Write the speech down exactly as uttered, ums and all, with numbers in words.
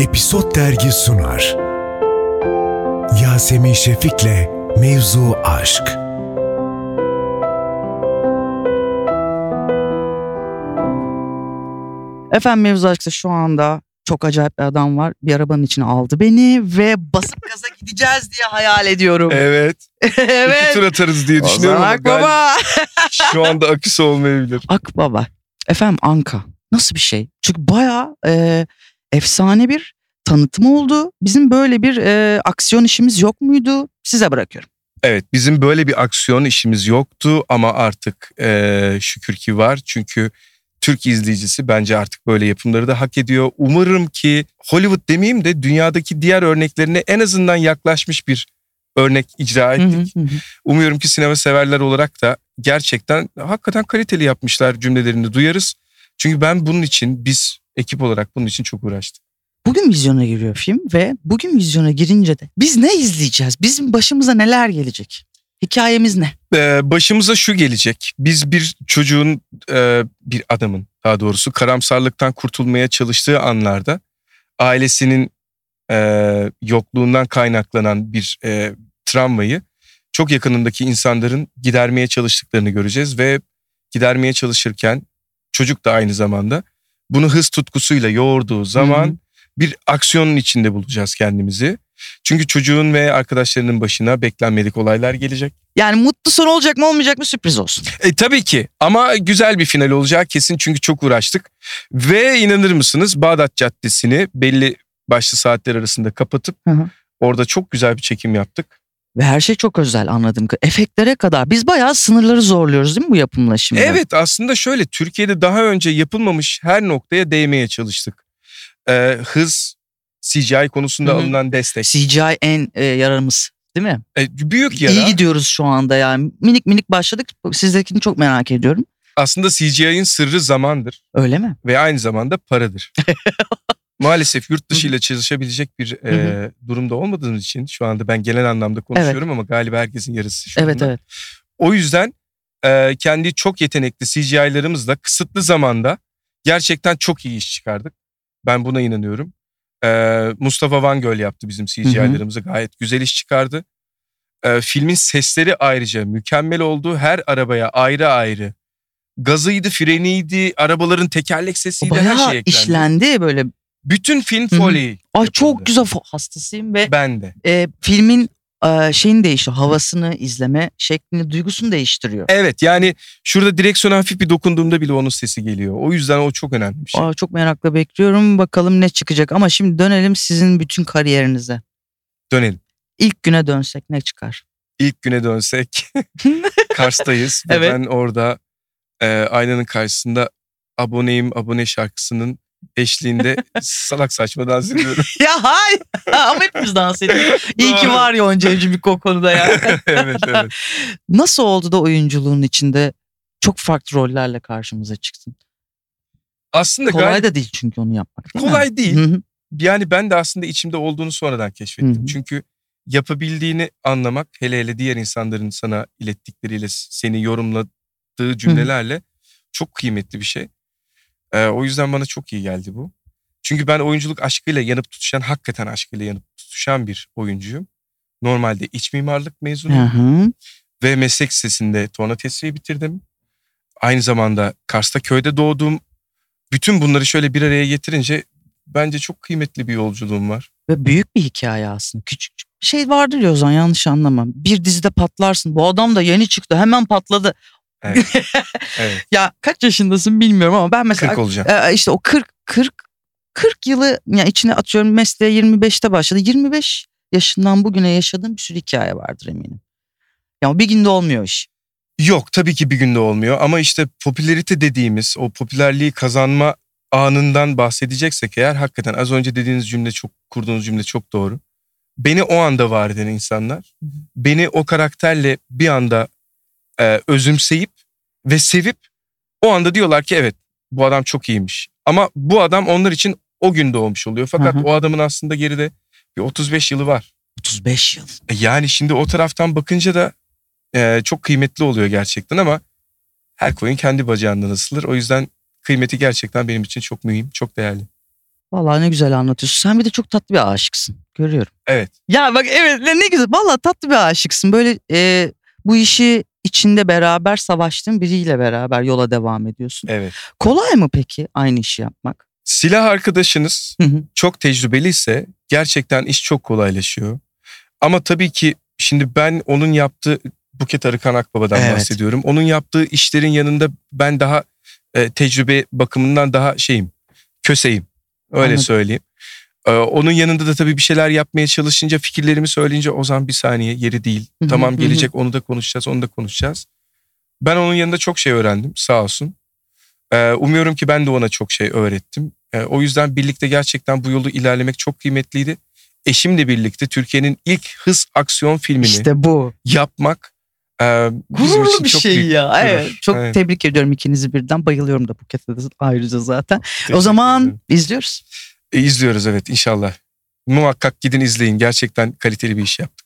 Episod Dergi sunar. Yasemin Şefik'le Mevzu Aşk. Efendim Mevzu Aşk'ta şu anda çok acayip bir adam var. Bir arabanın içine aldı beni ve basıp gaza gideceğiz diye hayal ediyorum. Evet. Evet. İki tur atarız diye düşünüyorum ama Akbaba. şu anda aküsü olmayabilir. Akbaba. Efendim Anka. Nasıl bir şey? Çünkü bayağı e, efsane bir tanıtım oldu. Bizim böyle bir e, aksiyon işimiz yok muydu? Size bırakıyorum. Evet, bizim böyle bir aksiyon işimiz yoktu ama artık e, şükür ki var. Çünkü Türk izleyicisi bence artık böyle yapımları da hak ediyor. Umarım ki Hollywood demeyeyim de dünyadaki diğer örneklerine en azından yaklaşmış bir örnek icra ettik. Hı hı hı. Umuyorum ki sinema severler olarak da gerçekten hakikaten kaliteli yapmışlar cümlelerini duyarız. Çünkü ben bunun için, biz ekip olarak bunun için çok uğraştık. Bugün vizyona giriyor film ve bugün vizyona girince de biz ne izleyeceğiz? Bizim başımıza neler gelecek? Hikayemiz ne? Ee, başımıza şu gelecek. Biz bir çocuğun, e, bir adamın daha doğrusu karamsarlıktan kurtulmaya çalıştığı anlarda ailesinin e, yokluğundan kaynaklanan bir e, travmayı çok yakınındaki insanların gidermeye çalıştıklarını göreceğiz ve gidermeye çalışırken çocuk da aynı zamanda bunu hız tutkusuyla yoğurduğu zaman, hı hı, bir aksiyonun içinde bulacağız kendimizi. Çünkü çocuğun ve arkadaşlarının başına beklenmedik olaylar gelecek. Yani mutlu son olacak mı olmayacak mı sürpriz olsun. E, tabii ki ama güzel bir final olacak kesin çünkü çok uğraştık. Ve inanır mısınız Bağdat Caddesi'ni belli başlı saatler arasında kapatıp hı hı. orada çok güzel bir çekim yaptık. Ve her şey çok özel anladığım kadarıyla. Efektlere kadar biz bayağı sınırları zorluyoruz değil mi bu yapımla şimdi? Evet, aslında şöyle, Türkiye'de daha önce yapılmamış her noktaya değmeye çalıştık. Ee, hız, C G I konusunda Hı hı. alınan destek. C G I en e, yaramız değil mi? E, büyük yara. İyi gidiyoruz şu anda yani. Minik minik başladık. Sizdekini çok merak ediyorum. Aslında C G I'nin sırrı zamandır. Öyle mi? Ve aynı zamanda paradır. Maalesef yurt dışı ile çalışabilecek bir e, durumda olmadığımız için şu anda ben genel anlamda konuşuyorum, evet, ama galiba herkesin yarısı şu evet, anda. Evet. O yüzden e, kendi çok yetenekli C G I'larımızla kısıtlı zamanda gerçekten çok iyi iş çıkardık. Ben buna inanıyorum. E, Mustafa Van Göl yaptı bizim C G I'larımızı, gayet güzel iş çıkardı. E, filmin sesleri ayrıca mükemmel oldu. Her arabaya ayrı ayrı. Gazıydı, freniydi, arabaların tekerlek sesiydi, her şey eklendi. işlendi böyle. Bütün film Foley. Ay çok güzel, hastasıyım ve ben de. E, filmin e, şeyini değiştiriyor, havasını, izleme şeklini, duygusunu değiştiriyor. Evet, yani şurada direksiyona hafif bir dokunduğumda bile onun sesi geliyor. O yüzden o çok önemli bir şey. Aa, çok merakla bekliyorum, bakalım ne çıkacak. Ama şimdi dönelim sizin bütün kariyerinize. Dönelim. İlk güne dönsek ne çıkar? İlk güne dönsek Kars'tayız. Ve evet. Ben orada e, aynanın karşısında Aboneyim Abone şarkısının eşliğinde salak saçma dans ediyorum. Ya hayır. Ama hepimiz dans ediyoruz. İyi ki var Yonca Evcimik o konuda ya. evet, evet. Nasıl oldu da oyunculuğun içinde çok farklı rollerle karşımıza çıktın? Aslında kolay gayet... da değil çünkü onu yapmak. Değil kolay mi? değil. Hı-hı. Yani ben de aslında içimde olduğunu sonradan keşfettim. Hı-hı. Çünkü yapabildiğini anlamak, hele hele diğer insanların sana ilettikleriyle, seni yorumladığı cümlelerle, Hı-hı, çok kıymetli bir şey. Ee, o yüzden bana çok iyi geldi bu. Çünkü ben oyunculuk aşkıyla yanıp tutuşan, hakikaten aşkıyla yanıp tutuşan bir oyuncuyum. Normalde iç mimarlık mezunuyum. Hı-hı. Ve meslek lisesinde tornavesliği bitirdim. Aynı zamanda Kars'ta köyde doğdum. Bütün bunları şöyle bir araya getirince bence çok kıymetli bir yolculuğum var. Ve büyük bir hikaye aslında. Küçük şey vardır ya Ozan, yanlış anlamam. Bir dizide patlarsın. Bu adam da yeni çıktı, hemen patladı. Evet. Evet. Ya kaç yaşındasın bilmiyorum ama ben mesela kırk olacağım. E, işte o kırk kırk kırk yılı yani içine atıyorum, mesleğe yirmi beşte başladı. yirmi beş yaşından bugüne yaşadığım bir sürü hikaye vardır eminim. Ya bir günde olmuyor iş. Yok, tabii ki bir günde olmuyor ama işte popülerite dediğimiz o popülerliği kazanma anından bahsedeceksek eğer, hakikaten az önce dediğiniz cümle, çok kurduğunuz cümle çok doğru. Beni o anda var eden insanlar, hı hı, beni o karakterle bir anda e, özümseyip ve sevip o anda diyorlar ki evet, bu adam çok iyiymiş. Ama bu adam onlar için o gün doğmuş oluyor. Fakat hı hı, o adamın aslında geride bir otuz beş yılı var. otuz beş yıl. E yani şimdi o taraftan bakınca da e, çok kıymetli oluyor gerçekten ama her koyun kendi bacağından asılır. O yüzden kıymeti gerçekten benim için çok mühim, çok değerli. Vallahi ne güzel anlatıyorsun. Sen bir de çok tatlı bir aşıksın. Görüyorum. Evet. Ya bak evet ne güzel. Vallahi tatlı bir aşıksın. Böyle e, bu işi içinde beraber savaştığın biriyle beraber yola devam ediyorsun. Evet. Kolay mı peki aynı işi yapmak? Silah arkadaşınız Hı hı. çok tecrübeli ise gerçekten iş çok kolaylaşıyor. Ama tabii ki şimdi ben onun yaptığı, Buket Arıkan Akbaba'dan Evet. bahsediyorum. Onun yaptığı işlerin yanında ben daha e, tecrübe bakımından daha şeyim, köseyim. Öyle Anladım. söyleyeyim. E, onun yanında da tabii bir şeyler yapmaya çalışınca, fikirlerimi söyleyince o zaman bir saniye yeri değil. Hı hı, Tamam hı hı. gelecek, onu da konuşacağız, onu da konuşacağız. Ben onun yanında çok şey öğrendim sağ olsun. E, umuyorum ki ben de ona çok şey öğrettim. E, o yüzden birlikte gerçekten bu yolu ilerlemek çok kıymetliydi. Eşimle birlikte Türkiye'nin ilk hız aksiyon filmini İşte bu. yapmak e, bizim Gururlu için bir çok şey büyük ya. gurur. Evet. Çok Evet. tebrik ediyorum ikinizi birden. Bayılıyorum da Buket'e de ayrıca zaten. Teşekkür O zaman ederim. izliyoruz. E, izliyoruz evet inşallah. Muhakkak gidin izleyin. Gerçekten kaliteli bir iş yaptık.